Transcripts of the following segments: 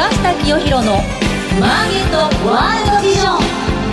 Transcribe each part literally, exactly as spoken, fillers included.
下清弘のマーケットワールドビジョン。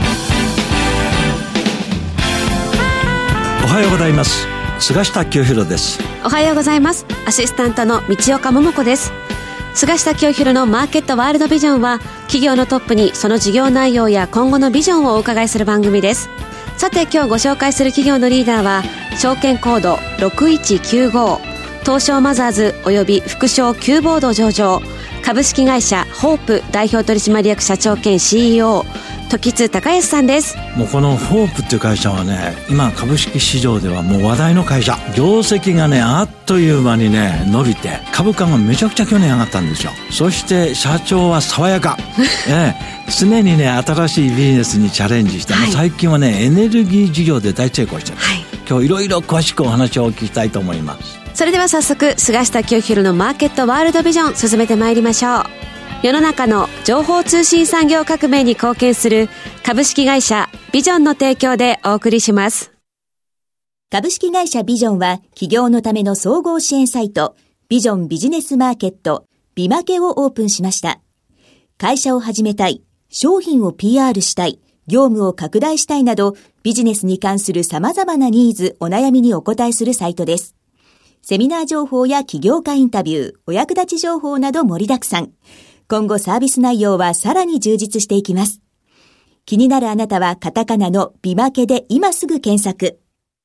おはようございます。菅下清弘です。 おはようございます。アシスタントの道岡桃子です。菅下清弘のマーケットワールドビジョンは、企業のトップにその事業内容や今後のビジョンをお伺いする番組です。さて、今日ご紹介する企業のリーダーは、証券コードろくいちきゅうご、東証マザーズおよび副賞Qボード上場、株式会社ホープ代表取締役社長兼 シーイーオー、時津隆康さんです。 もうこのホープっていう会社はね、今株式市場ではもう話題の会社、業績がねあっという間にね伸びて、株価がめちゃくちゃ去年上がったんですよ。そして社長は爽やか、ええ、常にね新しいビジネスにチャレンジして、はい、最近はねエネルギー事業で大成功してる、はい、今日いろいろ詳しくお話をお聞きしたいと思います。 それでは早速、菅下清弘のマーケットワールドビジョン進めてまいりましょう。世の中の情報通信産業革命に貢献する株式会社ビジョンの提供でお送りします。 株式会社ビジョンは企業のための総合支援サイトビジョンビジネスマーケットビマケをオープンしました。会社を始めたい、商品を ピーアール したい、業務を拡大したいなどビジネスに関する様々なニーズ、お悩みにお答えするサイトです。セミナー情報や起業家インタビュー、お役立ち情報など盛りだくさん。今後サービス内容はさらに充実していきます。気になるあなたはカタカナのビマケで今すぐ検索。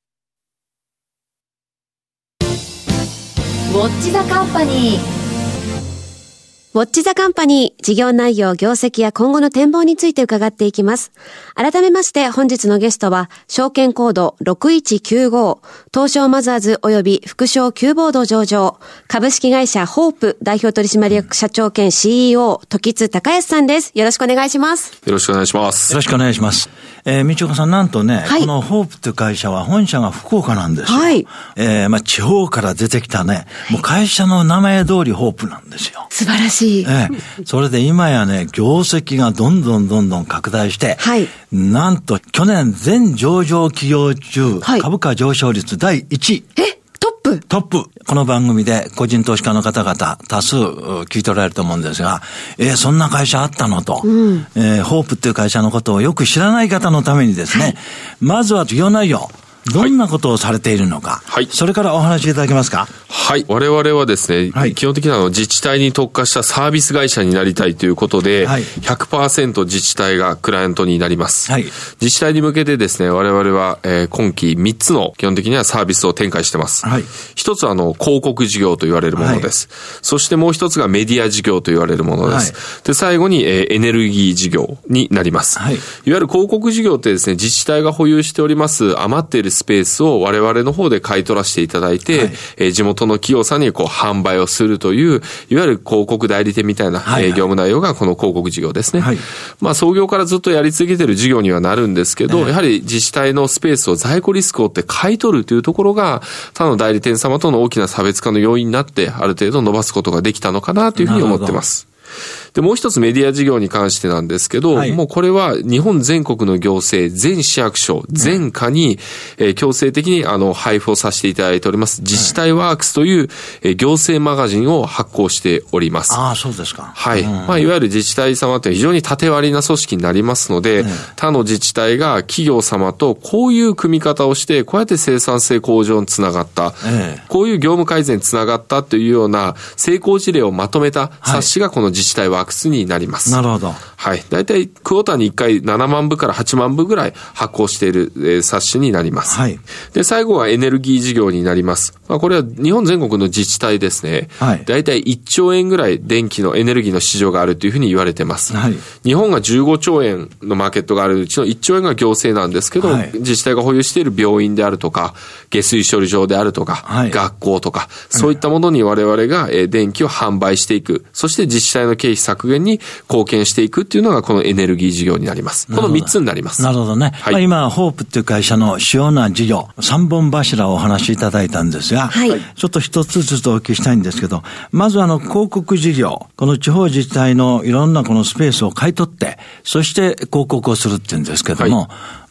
ウォッチザカンパニー。 ウォッチザカンパニー、事業内容、業績や今後の展望について伺っていきます。改めまして本日のゲストは、証券コードろくいちきゅうご、東証マザーズおよび副賞Qボード上場、株式会社ホープ代表取締役社長兼 シーイーオー、時津隆康さんです。よろしくお願いします。 よろしくお願いします。 よろしくお願いします。えー、道岡さん、なんとね、はい、このホープという会社は本社が福岡なんですよ。はい。えー、まあ地方から出てきたね、もう会社の名前通りホープなんですよ。 素晴らしい。 ええ、それで今やね、業績がどんどんどんどん拡大して、はい、なんと去年全上場企業中、はい、株価上昇率だいいちい。 えトップトップ。この番組で個人投資家の方々多数聞いておられると思うんですが、えー、そんな会社あったのと、うん、えー、ホープっていう会社のことをよく知らない方のためにですね、はい、まずは事業内容、どんなことをされているのか、はい、それからお話しいただけますか。 はい。我々はですね、はい、基本的には自治体に特化したサービス会社になりたいということで、はい、ひゃくパーセント 自治体がクライアントになります。はい、自治体に向けてですね、我々は、えー、今期みっつの基本的にはサービスを展開してます。はい、一つはあの広告事業と言われるものです。はい、そしてもう一つがメディア事業と言われるものです。はい、で、最後に、えー、エネルギー事業になります。はい、いわゆる広告事業ってですね、自治体が保有しております余っているスペースを我々の方で買い取らせていただいて、はい、えー、地元の企業さんにこう販売をするという、いわゆる広告代理店みたいな、はいはい、えー、業務内容がこの広告事業ですね。はい、まあ創業からずっとやり続けている事業にはなるんですけど、えー、やはり自治体のスペースを在庫リスクを負って買い取るというところが、他の代理店様との大きな差別化の要因になって、ある程度伸ばすことができたのかなというふうに思ってます。で、もう一つメディア事業に関してなんですけど、はい、もうこれは日本全国の行政、全市役所、全課に、えー、強制的にあの配布をさせていただいております、自治体ワークスという、えー、行政マガジンを発行しております。 ああ、そうですか。 はい。うん、まあ、いわゆる自治体様って非常に縦割りな組織になりますので、うん、他の自治体が企業様とこういう組み方をして、こうやって生産性向上につながった、うん、こういう業務改善につながったというような成功事例をまとめた冊子がこの自治体ワークスになります。 なるほど。 はい。だいたいクォーターにいっかいななまんぶからはちまんぶぐらい発行している、えー、冊子になります。はい。で、最後はエネルギー事業になります。まあ、これは日本全国の自治体ですね。はい。だいたいいっちょうえんぐらい電気のエネルギーの市場があるというふうに言われてます。はい。日本がじゅうごちょうえんのマーケットがあるうちのいっちょうえんが行政なんですけど、はい、自治体が保有している病院であるとか、下水処理場であるとか、はい、学校とか、そういったものに我々が、えー、電気を販売していく。そして自治体の経費削減に貢献していくっていうのがこのエネルギー事業になります。このみっつになります。 なるほどね。はい、まあ、今ホープっていう会社の主要な事業さんぼん柱をお話しいただいたんですが、はい、ちょっと一つずつお聞きしたいんですけど、まずあの広告事業、この地方自治体のいろんなこのスペースを買い取って、そして広告をするっていうんですけども、はい、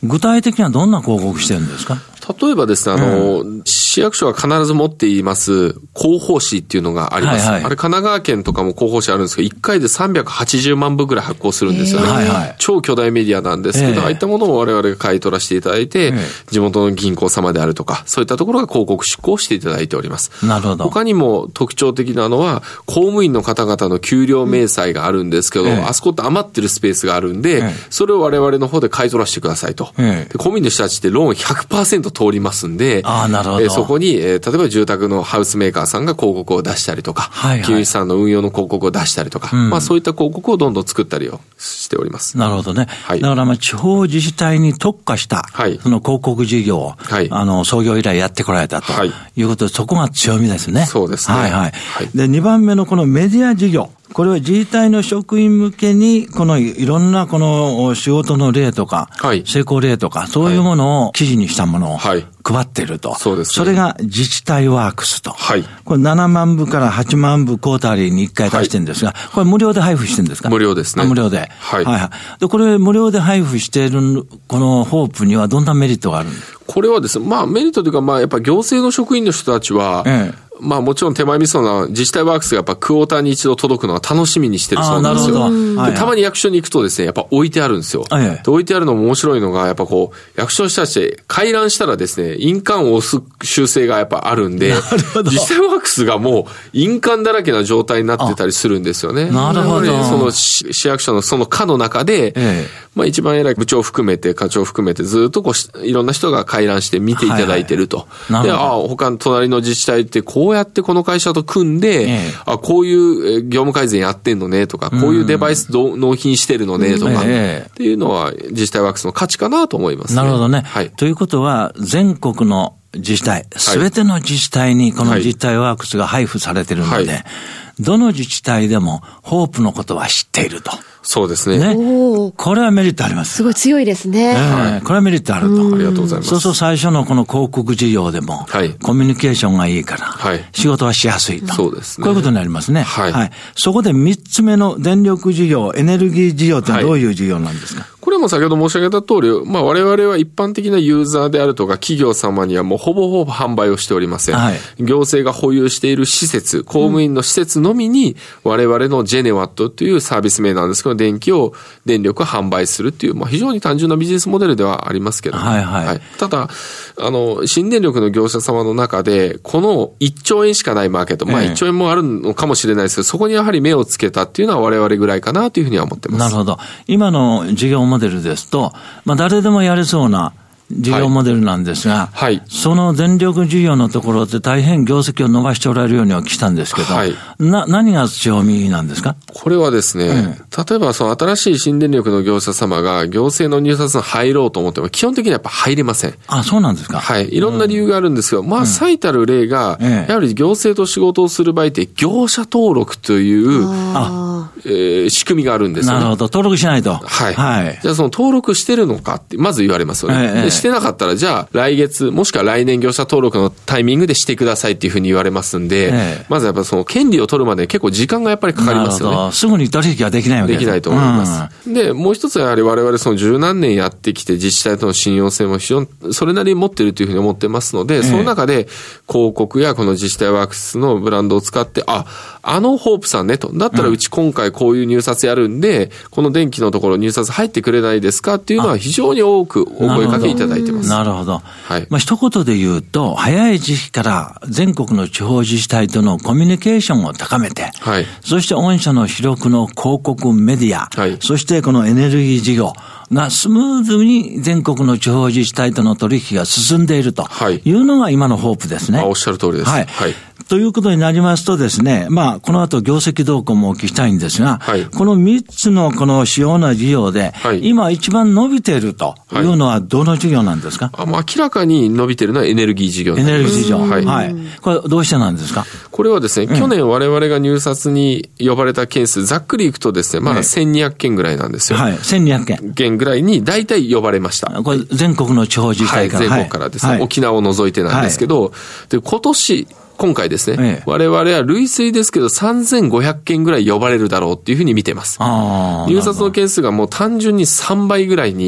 具体的にはどんな広告してるんですか？ 例えばですね、あの、うん、市役所が必ず持っています広報誌っていうのがあります。はいはい、あれ神奈川県とかも広報誌あるんですけど、いっかいでさんびゃくはちじゅうまんぶぐらい発行するんですよね。はいはい、超巨大メディアなんですけど、えー、ああいったものを我々が買い取らせていただいて、えー、地元の銀行様であるとか、そういったところが広告執行していただいております。 なるほど。 他にも特徴的なのは、公務員の方々の給料明細があるんですけど、えー、あそこって余ってるスペースがあるんで、えー、それを我々の方で買い取らせてくださいと。えー、で公務員の人たちってローン ひゃくパーセント 通りますんで、 あ、なるほど。 えー、そこに、えー、例えば住宅のハウスメーカーさんが広告を出したりとか、はいはい、金融資産の運用の広告を出したりとか、うん、まあそういった広告をどんどん作ったりをしております。 なるほどね。はい、だからまあ地方自治体に特化した、はい、その広告事業を、はい、あの創業以来やってこられたということで、そこが強みですね。 そうですね。 はいはい。はい、で、にばんめのこのメディア事業。これは自治体の職員向けに、このいろんなこの仕事の例とか、はい、成功例とか、そういうものを記事にしたものを配っていると。はい、そうですね。それが自治体ワークスと。はい。これななまんぶからはちまんぶクォータリーにいっかい出してるんですが、はい、これ無料で配布してるんですか？ 無料ですね。 無料で。 はい。 はいはい。で、これ無料で配布しているこのホープにはどんなメリットがあるんですか？ これはですね、まあメリットというか、まあやっぱ行政の職員の人たちは、ええ、まあもちろん手前味噌な自治体ワークスがやっぱクォーターに一度届くのは楽しみにしてるそうなんですよ。で、はいはい、たまに役所に行くとですね、やっぱ置いてあるんですよ。はいはい、で置いてあるのも面白いのが、やっぱこう、役所の人たち回覧したらですね、印鑑を押す習性がやっぱあるんで、自治体ワークスがもう印鑑だらけな状態になってたりするんですよね。 なるほど。 その市役所のその課の中で、ええ、まあ一番偉い部長含めて課長含めてずっとこういろんな人が回覧して見ていただいてると。はいはい、で、ああ、他の隣の自治体ってこうやってこの会社と組んで、ええ、あ、こういう業務改善やってんのねとか、こういうデバイス納品してるのねとか、ええ、っていうのは自治体ワークスの価値かなと思いますね。 なるほどね。はい。ということは、全国の自治体、すべての自治体にこの自治体ワークスが配布されているので、はい、どの自治体でもホープのことは知っていると。 そうですね。 ね。これはメリットあります。 すごい強いですね。 えーはい、これはメリットあると。 ありがとうございます。 そうそう、最初のこの広告事業でも、はい、コミュニケーションがいいから、はい、仕事はしやすいと。 そうですね。 こういうことになりますね。はい。はい、そこで三つ目の電力事業、エネルギー事業ってどういう事業なんですか？はい、 これも先ほど申し上げた通り、まあ我々は一般的なユーザーであるとか企業様にはもうほぼほぼ販売をしておりません。はい、行政が保有している施設、公務員の施設のみに我々のジェネワットというサービス名なんですけど、電気を電力を販売するっていう、まあ、非常に単純なビジネスモデルではありますけど、はいはいはい、ただあの新電力の業者様の中でこのいっちょうえんしかないマーケット、まあいっちょうえんもあるのかもしれないですけど、そこにやはり目をつけたっていうのは我々ぐらいかなというふうには思ってます。 なるほど。今の事業モデルですと、まあ、誰でもやれそうな事業モデルなんですが、はいはい、その電力事業のところで大変業績を伸ばしておられるようには来たんですけど、はい、な何が強みなんですか？ これはですね、うん、例えばその新しい新電力の業者様が行政の入札に入ろうと思っても基本的にはやっぱ入れません。 あ、そうなんですか？ はい。いろんな理由があるんですが、うん、まあ最たる例が、うん、やはり行政と仕事をする場合って業者登録という、あえー、仕組みがあるんですよね。 なるほど。登録しないと。 はい。はい、じゃあその登録してるのかってまず言われますよね。ええ、してなかったらじゃあ来月もしくは来年業者登録のタイミングでしてくださいっていうふうに言われますんで、ええ、まずやっぱその権利を取るまで結構時間がやっぱりかかりますよね。 なるほど。すぐに取引はできないわけです。 できないと思います。うん、で、もう一つはやはり我々その十何年やってきて自治体との信用性も非常にそれなりに持っているというふうに思ってますので、ええ、その中で広告やこの自治体ワークスのブランドを使って、あ、あのホープさんねと。だったらうち今回こういう入札やるんで、うん、この電気のところ入札入ってくれないですかっていうのは非常に多くお声かけいただいてます。 なるほど。はい。まあ一言で言うと、早い時期から全国の地方自治体とのコミュニケーションを高めて、はい。そして御社の主力の広告メディア、はい。そしてこのエネルギー事業がスムーズに全国の地方自治体との取引が進んでいるというのが今のホープですね。 あ、おっしゃる通りです。はい。はい。 ということになりますとですね、まあ、この後業績動向もお聞きしたいんですが、はい、このみっつのこの主要な事業で、はい、今一番伸びているというのはどの事業なんですか？ はい、あまあ、明らかに伸びているのはエネルギー事業です。 エネルギー事業。はい。はい。これどうしてなんですか？ これはですね、去年我々が入札に呼ばれた件数、ざっくりいくとですね、まだせんにひゃくけんぐらいなんですよ。はい。 せんにひゃくけん。 件ぐらいに大体呼ばれました。 これ全国の地方自治体から。 はい、全国からですね。はい、沖縄を除いてなんですけど、はい、で、今年、今回ですね、ええ、我々は類推ですけどさんぜんごひゃくけんぐらい呼ばれるだろうっていうふうに見てます。入札の件数がもう単純にさんばいぐらいに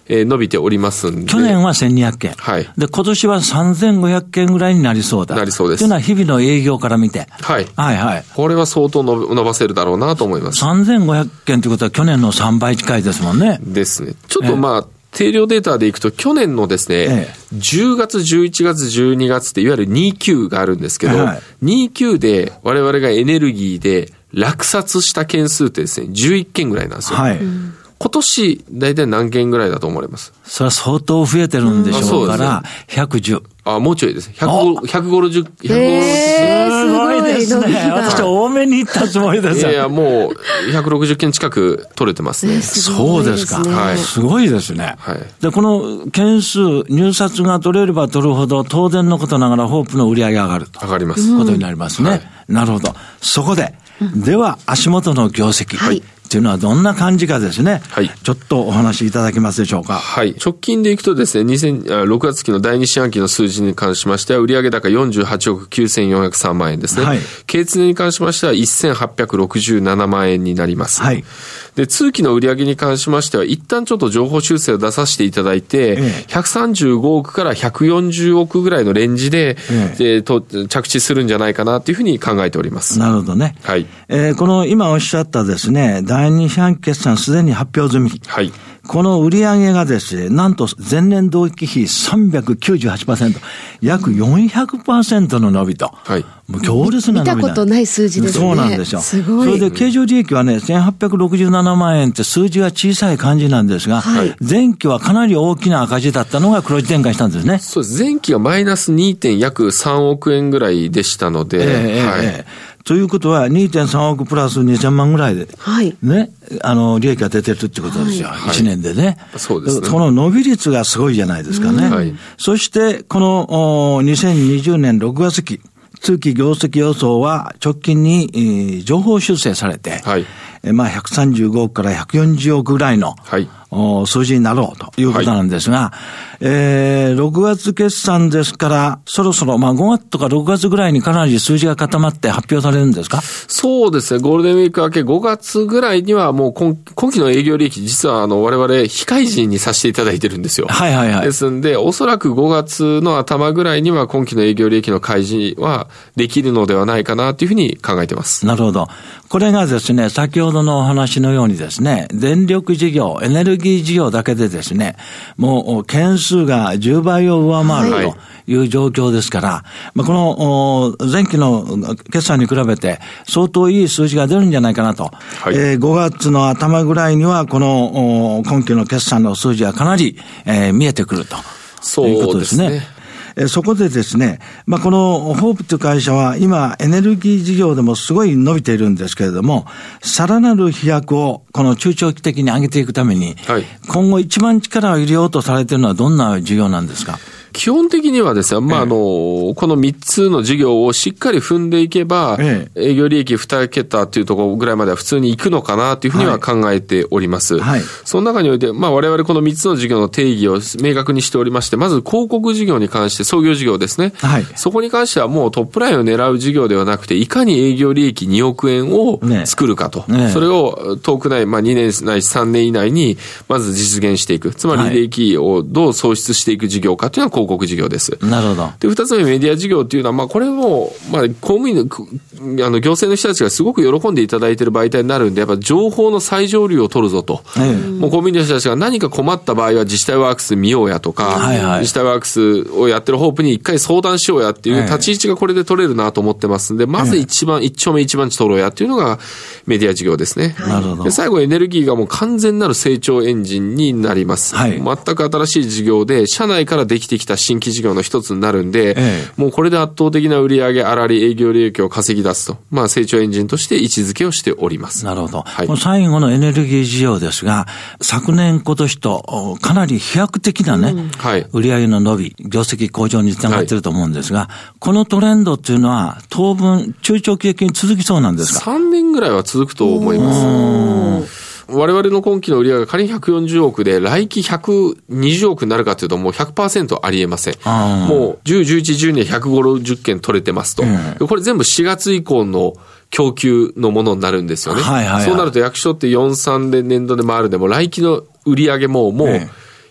えー、伸びておりますんで。 去年はせんにひゃくけん。はい。で、今年はさんぜんごひゃくけんぐらいになりそうだ。 なりそうです。 というのは日々の営業から見て。 はい。 はいはい。 これは相当伸ばせるだろうなと思います。 さんぜんごひゃくけんということは去年のさんばい近いですもんね。 ですね。ちょっとまあ、えー定量データでいくと、去年のですね、ええ、じゅうがつ、じゅういちがつ、じゅうにがつって、いわゆるにきゅうがあるんですけど、はい、にきゅうで我々がエネルギーで落札した件数ってですね、じゅういっけんぐらいなんですよ。はい、今年、だいたい何件ぐらいだと思われます？ それは相当増えてるんでしょうから、ひゃくじゅう。 あ、もうちょいです。ひゃくごじゅう、ひゃくごじゅう、 えー、すごいですね。 私は多めに行ったつもりです。 いやいや、もう、ひゃくろくじゅっけん近く取れてますね。 すそうですか。はい。すごいですね。はい。で、この件数、入札が取れれば取るほど、当然のことながら、ホープの売り上げ上がると。 上がります。 ことになりますね。はい、なるほど。そこで、では、足元の業績。はい。っていうのはどんな感じかですね。はい。ちょっとお話しいただけますでしょうか。 はい。直近でいくとですね、にせんろくがつ期のだいに四半期の数字に関しましては、売上高よんじゅうはちおくきゅうせんよんひゃくさんまんえんですね。はい。経常に関しましてはせんはっぴゃくろくじゅうななまんえんになります。はい。で、通期の売上に関しましては、一旦ちょっと情報修正を出させていただいて、ええ、ひゃくさんじゅうごおくからひゃくよんじゅうおくぐらいのレンジで、ええ、と着地するんじゃないかなというふうに考えております。 なるほどね。 はい。 えー、この今おっしゃったですね、だいに四半期決算すでに発表済み。はい。この売上がですね、なんと前年同期比 さんびゃくきゅうじゅうはちパーセント、約 よんひゃくパーセント の伸びと。はい。もう強烈な伸びだ。 見たことない数字ですね。 そうなんですよ。 すごい。 それで経常利益はね、せんはっぴゃくろくじゅうななまんえんって数字が小さい感じなんですが、はい、前期はかなり大きな赤字だったのが黒字転換したんですね。 そうです。前期がマイナス にてん約さんおくえんぐらいでしたので、えー、はい。えーということは にてんさんおくプラスにせんまんぐらいで、はい、ね、あの、利益が出てるってことですよ。はい、いちねんでね。 そうですね。 この伸び率がすごいじゃないですかね。はい、そして、このにせんにじゅうねんろくがつ期、通期業績予想は直近に、えー、情報修正されて、はい、えー、まあひゃくさんじゅうごおくからひゃくよんじゅうおくぐらいの、はい、数字になろうということなんですが、はい、えー、ろくがつ決算ですから、そろそろ、まあごがつとかろくがつぐらいにかなり数字が固まって発表されるんですか？ そうですね。ゴールデンウィーク明けごがつぐらいにはもう 今, 今期の営業利益、実はあの我々非開示にさせていただいてるんですよ。はいはいはい。ですんで、おそらくごがつの頭ぐらいには今期の営業利益の開示はできるのではないかなというふうに考えています。 なるほど。これがですね、先ほどのお話のようにですね、電力事業、エネルギー事業だけでですね、もう件数がじゅうばいを上回るという状況ですから、はい、まあ、この前期の決算に比べて相当いい数字が出るんじゃないかなと。はい、えー、ごがつの頭ぐらいにはこの今期の決算の数字はかなり、えー、見えてくるということですね。そうですね。そこでですね、まあ、このホープという会社は今エネルギー事業でもすごい伸びているんですけれども、さらなる飛躍をこの中長期的に上げていくために、はい、今後一番力を入れようとされているのはどんな事業なんですか？ 基本的にはですね、まあ、あの、このみっつの事業をしっかり踏んでいけば、ええ、営業利益に桁というところぐらいまでは普通に行くのかなというふうには考えております。はいはい、その中において、まあ、我々このみっつの事業の定義を明確にしておりまして、まず広告事業に関して、創業事業ですね。はい、そこに関してはもうトップラインを狙う事業ではなくて、いかに営業利益におくえんを作るかと。ねね、それを遠くない、まあ、にねんないしさんねん以内に、まず実現していく。つまり利益をどう創出していく事業かというのは広告事業です。 なるほど。 で、二つ目メディア事業っていうのは、まあ、これも、まあ、公務員の、あの、行政の人たちがすごく喜んでいただいている媒体になるんで、やっぱ情報の最上流を取るぞと。ええ、もう公務員の人たちが何か困った場合は自治体ワークス見ようやとか、はいはい、自治体ワークスをやってるホープに一回相談しようやっていう立ち位置がこれで取れるなと思ってますんで、まず一番、一丁目一番地取ろうやっていうのがメディア事業ですね。なるほど。で、最後エネルギーがもう完全なる成長エンジンになります。はい、全く新しい事業で、社内からできてきた新規事業の一つになるんで、ええ、もうこれで圧倒的な売上粗利営業利益を稼ぎ出すと、まあ成長エンジンとして位置づけをしております。 なるほど。はい、この最後のエネルギー事業ですが、昨年今年とかなり飛躍的なね、うん、はい、売上の伸び、業績向上につながっていると思うんですが、はい、このトレンドっていうのは当分中長期的に続きそうなんですか？ さんねんぐらいは続くと思います。我々の今期の売上が仮にひゃくよんじゅうおくで来期ひゃくにじゅうおくになるかというともう ひゃくパーセント ありえません。もうじゅう、じゅういち、じゅうにでひゃくごじゅっけん取れてますと、うん、これ全部しがつ以降の供給のものになるんですよね。はいはいはい、そうなると役所ってよん、さんで年度で回るでも来期の売上ももう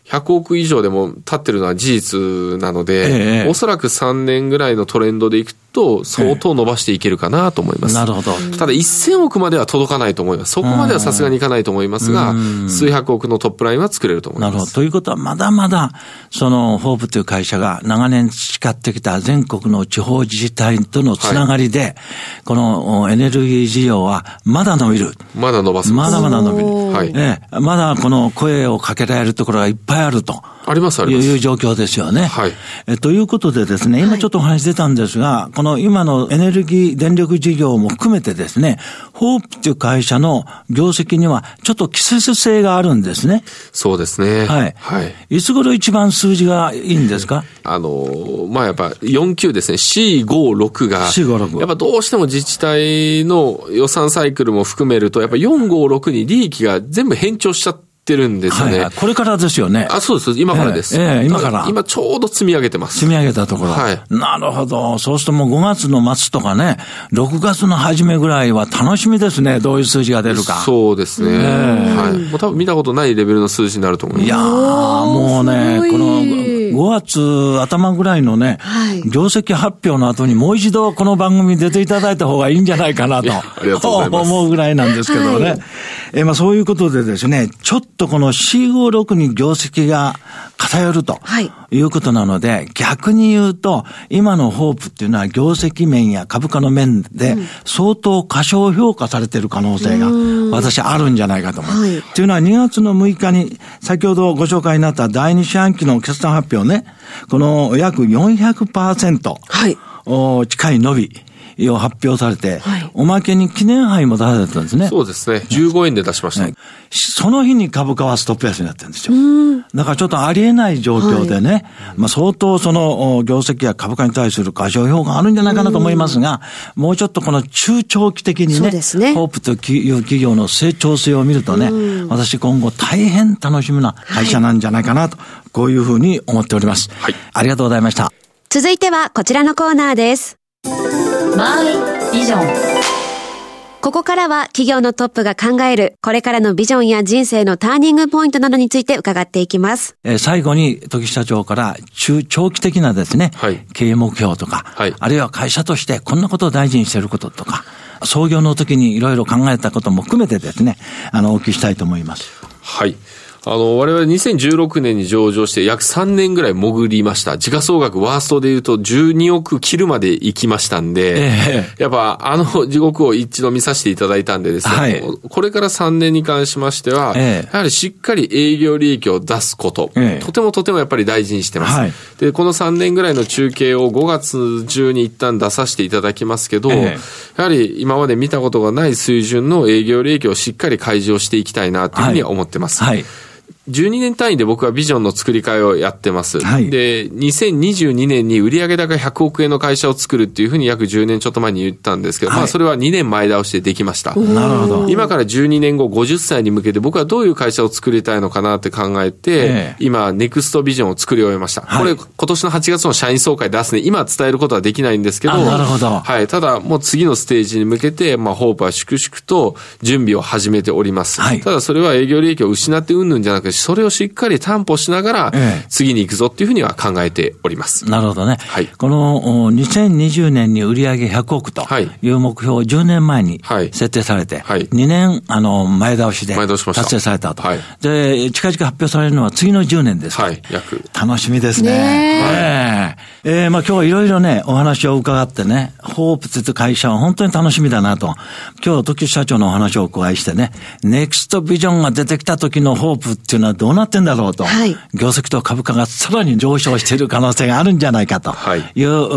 ひゃくおく以上でも経ってるのは事実なので、ええ、おそらくさんねんぐらいのトレンドでいくと相当伸ばしていけるかなと思います。 ええ、なるほど。 ただせんおくまでは届かないと思います。そこまではさすがにいかないと思いますが、数百億のトップラインは作れると思います。 なるほど。ということはまだまだそのホープという会社が長年培ってきた全国の地方自治体とのつながりで、はい、このエネルギー事業はまだ伸びる。 まだ伸ばせます。 まだまだ伸びる。 はい。 ええ、まだこの声をかけられるところがいっぱいあると。 ありますあります。 いう状況ですよね。 はい。 えということでですね、今ちょっとお話出たんですが、はい、この今のエネルギー電力事業も含めてですね、ホープという会社の業績にはちょっと季節性があるんですね。 そうですね。 はい。 はい。 いつ頃一番数字がいいんですか？ あの、まあ、やっぱよん級ですね。シーごじゅうろく が。 シーごじゅうろく。 やっぱどうしても自治体の予算サイクルも含めると、やっぱよんごじゅうろくに利益が全部変調しちゃって、てるんですよね。 はいはい、これからですよね。 あ、そうです。今からです。 ええええ、今から。 今ちょうど積み上げてます。 積み上げたところ。 はい。 なるほど。そうするともうごがつの末とかね、ろくがつの初めぐらいは楽しみですね。どういう数字が出るか。 そうですね。えー、はい。もう多分見たことないレベルの数字になると思います。 いやー、もうね、このごがつ頭ぐらいのね、はい、業績発表の後にもう一度この番組に出ていただいた方がいいんじゃないかなと。 ありがとうございます。 思うぐらいなんですけどね。はい、えー、まあそういうことでですね、ちょっとこの シーごじゅうろく に業績が偏るということなので、はい、逆に言うと、今のホープっていうのは業績面や株価の面で相当過小評価されている可能性が私あるんじゃないかと思います。はい、っていうのはにがつのむいかに先ほどご紹介になっただいに四半期の決算発表ね、この約 よんひゃくパーセント 近い伸びを発表されて、はい、おまけに記念杯も出されてたんですね。 そうですね。じゅうごえんで出しました。はい、 その日に株価はストップ安になってるんですよ。だからちょっとありえない状況でね、はい、まあ相当その業績や株価に対する過小評価があるんじゃないかなと思いますが、もうちょっとこの中長期的にね、ねホープという企業の成長性を見るとね、私今後大変楽しみな会社なんじゃないかなと、はい、こういうふうに思っております。はい、ありがとうございました。 続いてはこちらのコーナーです。 マイビジョン。 ここからは企業のトップが考えるこれからのビジョンや人生のターニングポイントなどについて伺っていきます。 えー、最後に時社長から中長期的なですね、はい、経営目標とか、はい、あるいは会社としてこんなことを大事にしていることとか、創業の時にいろいろ考えたことも含めてですね、あのお聞きしたいと思います。 はい。あの、我々にせんじゅうろくねんに上場して約さんねんぐらい潜りました。時価総額ワーストで言うとじゅうにおく切るまで行きましたんで、えー、やっぱあの地獄を一度見させていただいたんでですね、はい、これからさんねんに関しましては、えー、やはりしっかり営業利益を出すこと、えー、とてもとてもやっぱり大事にしてます。はい、で、このさんねんぐらいの中継をごがつ中に一旦出させていただきますけど、えー、やはり今まで見たことがない水準の営業利益をしっかり開示をしていきたいなというふうには思ってます。はいはい、じゅうにねん単位で僕はビジョンの作り替えをやってます。はい、で、にせんにじゅうにねんに売上高ひゃくおくえんの会社を作るっていうふうに約じゅうねんちょっと前に言ったんですけど、はい、まあそれはにねんまえ倒してできました。 なるほど。 今からじゅうにねんごごじゅっさいに向けて僕はどういう会社を作りたいのかなって考えて、えー、今ネクストビジョンを作り終えました。はい、これ今年のはちがつの社員総会で出すね、今伝えることはできないんですけど、 なるほど。 はい。ただもう次のステージに向けて、まあホープは粛々と準備を始めております。はい、ただそれは営業利益を失ってうんぬんじゃなくて、それをしっかり担保しながら次に行くぞっていうふうには考えております。 なるほどね。はい、このにせんにじゅうねんに売上ひゃくおくという目標をじゅうねんまえに設定されて、はい、にねんあの前倒しで達成されたと。はい、で近々発表されるのは次のじゅうねんです。はい、約楽しみですね。ねはいえー、まあ今日はいろいろねお話を伺ってね、ホープという会社は本当に楽しみだなと。今日時社長のお話をお伺いしてね、ネクストビジョンが出てきた時のホープっていうのはどうなってんだろうと、はい、業績と株価がさらに上昇している可能性があるんじゃないかという、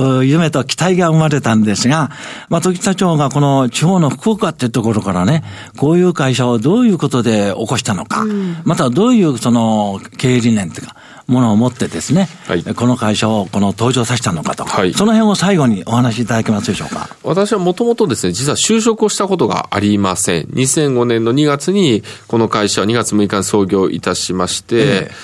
はい、夢と期待が生まれたんですが、まあ、時社長がこの地方の福岡っていうところからね、こういう会社をどういうことで起こしたのか、うん、またどういうその経営理念というかものを持ってですね、はい、この会社をこの登場させたのかと、はい、その辺を最後にお話しいただけますでしょうか。 私はもともとですね、実は就職をしたことがありません。にせんごねんのにがつにこの会社はにがつむいかに創業いたしまして、えー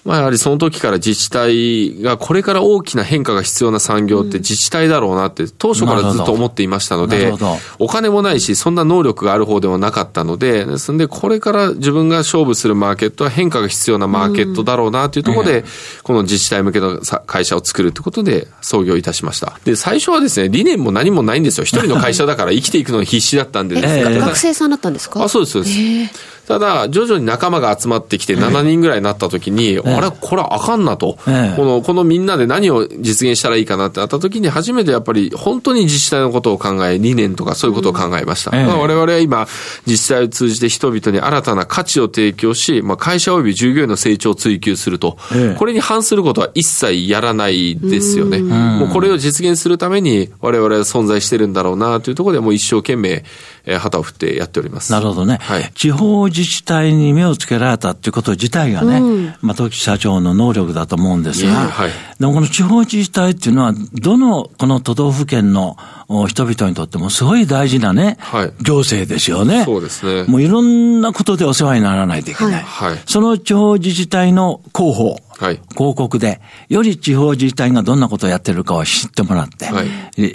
まあやはりその時から自治体がこれから大きな変化が必要な産業って自治体だろうなって当初からずっと思っていましたので、お金もないしそんな能力がある方でもなかったので、ですのでこれから自分が勝負するマーケットは変化が必要なマーケットだろうなというところで、この自治体向けの会社を作るということで創業いたしました。で、最初はですね、理念も何もないんですよ。一人の会社だから生きていくのに必死だったんでですが、 えー、学生さんだったんですか？ あ、そうですそうです。 えーただ、徐々に仲間が集まってきてしちにんぐらいになった時に、ええ、あれこれはあかんなと、ええ、この、このみんなで何を実現したらいいかなってなった時に初めてやっぱり本当に自治体のことを考え、理念とかそういうことを考えました。うん、まあ、我々は今、自治体を通じて人々に新たな価値を提供し、まあ、会社及び従業員の成長を追求すると、ええ、これに反することは一切やらないですよね。うんもうこれを実現するために我々は存在してるんだろうなというところでもう一生懸命、えー、旗を振ってやっております。 なるほどね。はい、地方自治体に目をつけられたということ自体がね、うん、まあ、時社長の能力だと思うんですが、はい、でもこの地方自治体っていうのはどのこの都道府県の人々にとってもすごい大事なね、はい、行政ですよね。 そうですね。 もういろんなことでお世話にならないといけない。はい、その地方自治体の広報、はい、広告でより地方自治体がどんなことをやってるかを知ってもらって、はい、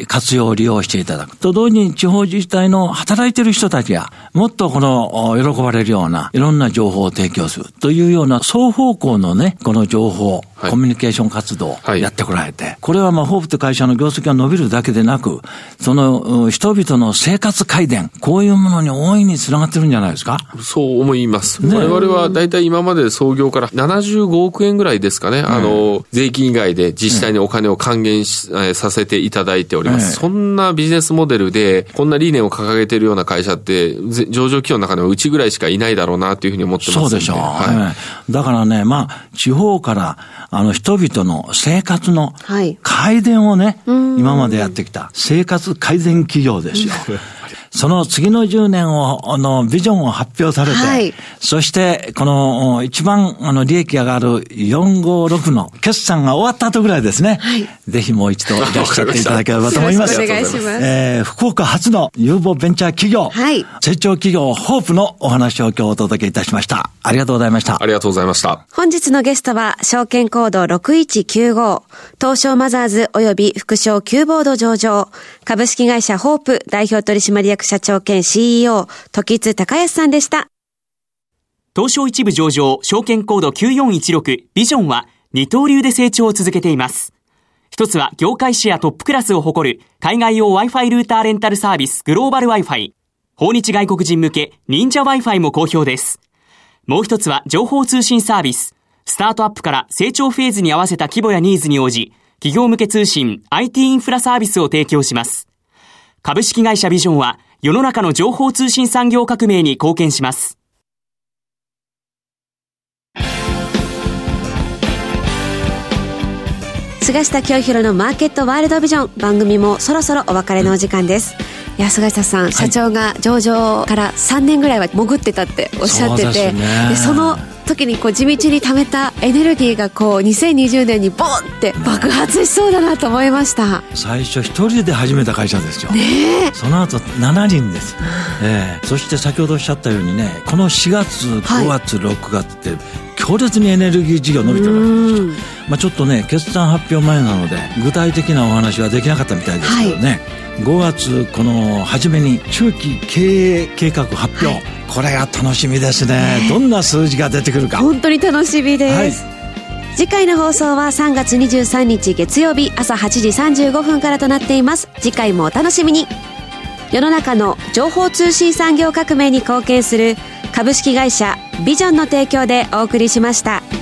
活用利用していただくと同時に地方自治体の働いてる人たちがもっとこの喜ばれるようないろんな情報を提供するというような双方向のねこの情報、はい、コミュニケーション活動をやってこられて、はい、これはまあホープという会社の業績が伸びるだけでなくその人々の生活改善こういうものに大いにつながってるんじゃないですか。 そう思います、ね、我々はだいたい今まで創業からななじゅうごおくえんぐらいですかね、うん、あの税金以外で自治体にお金を還元し、うん、させていただいております、うん、そんなビジネスモデルでこんな理念を掲げているような会社って上場企業の中ではうちぐらいしかいないだろうなというふうに思ってますので。 そうでしょう、はい、だからね、まあ地方からあの人々の生活の改善をね、はい、今までやってきた生活改善企業ですよその次のじゅうねんを、あの、ビジョンを発表されて、はい、そして、この、一番、あの、利益が上がるよんごろくの決算が終わった後ぐらいですね。はい、ぜひもう一度いらっしゃっていただければと思います。 よろしくお願いします。 えー、福岡初の有望ベンチャー企業、はい、成長企業ホープのお話を今日お届けいたしました。ありがとうございました。 ありがとうございました。 本日のゲストは、証券コードろくいちきゅうご、東証マザーズ及び副賞きゅうボード上場、株式会社ホープ代表取締役社長兼 シーイーオー、時津隆康さんでした。 東証一部上場、証券コードきゅうよんいちろく、ビジョンは二刀流で成長を続けています。一つは業界シェアトップクラスを誇る海外用 Wi-Fi ルーターレンタルサービスグローバル Wi-Fi。訪日外国人向け忍者 Wi-Fi も好評です。もう一つは情報通信サービス。スタートアップから成長フェーズに合わせた規模やニーズに応じ、企業向け通信 アイティー インフラサービスを提供します。株式会社ビジョンは世の中の情報通信産業革命に貢献します。 菅下恭弘のマーケットワールドビジョン、番組もそろそろお別れのお時間です。いや菅下さん、はい、社長が上場からさんねんぐらいは潜ってたっておっしゃってて、 そうですね、でその時にこう地道に貯めたエネルギーがこうにせんにじゅうねんにボンって爆発しそうだなと思いました。 最初一人で始めた会社ですよ、ね、その後しちにんです、えー、そして先ほどおっしゃったようにね、このしがつごがつ、はい、ろくがつって強烈にエネルギー事業伸びてるわけですよ。まあ、ちょっとね決算発表前なので具体的なお話はできなかったみたいですけどね、はい、ごがつこの初めに中期経営計画発表、はい、これが楽しみですね。どんな数字が出てくるか本当に楽しみです、はい、次回の放送はさんがつにじゅうさんにち月曜日朝はちじさんじゅうごふんからとなっています。次回もお楽しみに。世の中の情報通信産業革命に貢献する株式会社ビジョンの提供でお送りしました。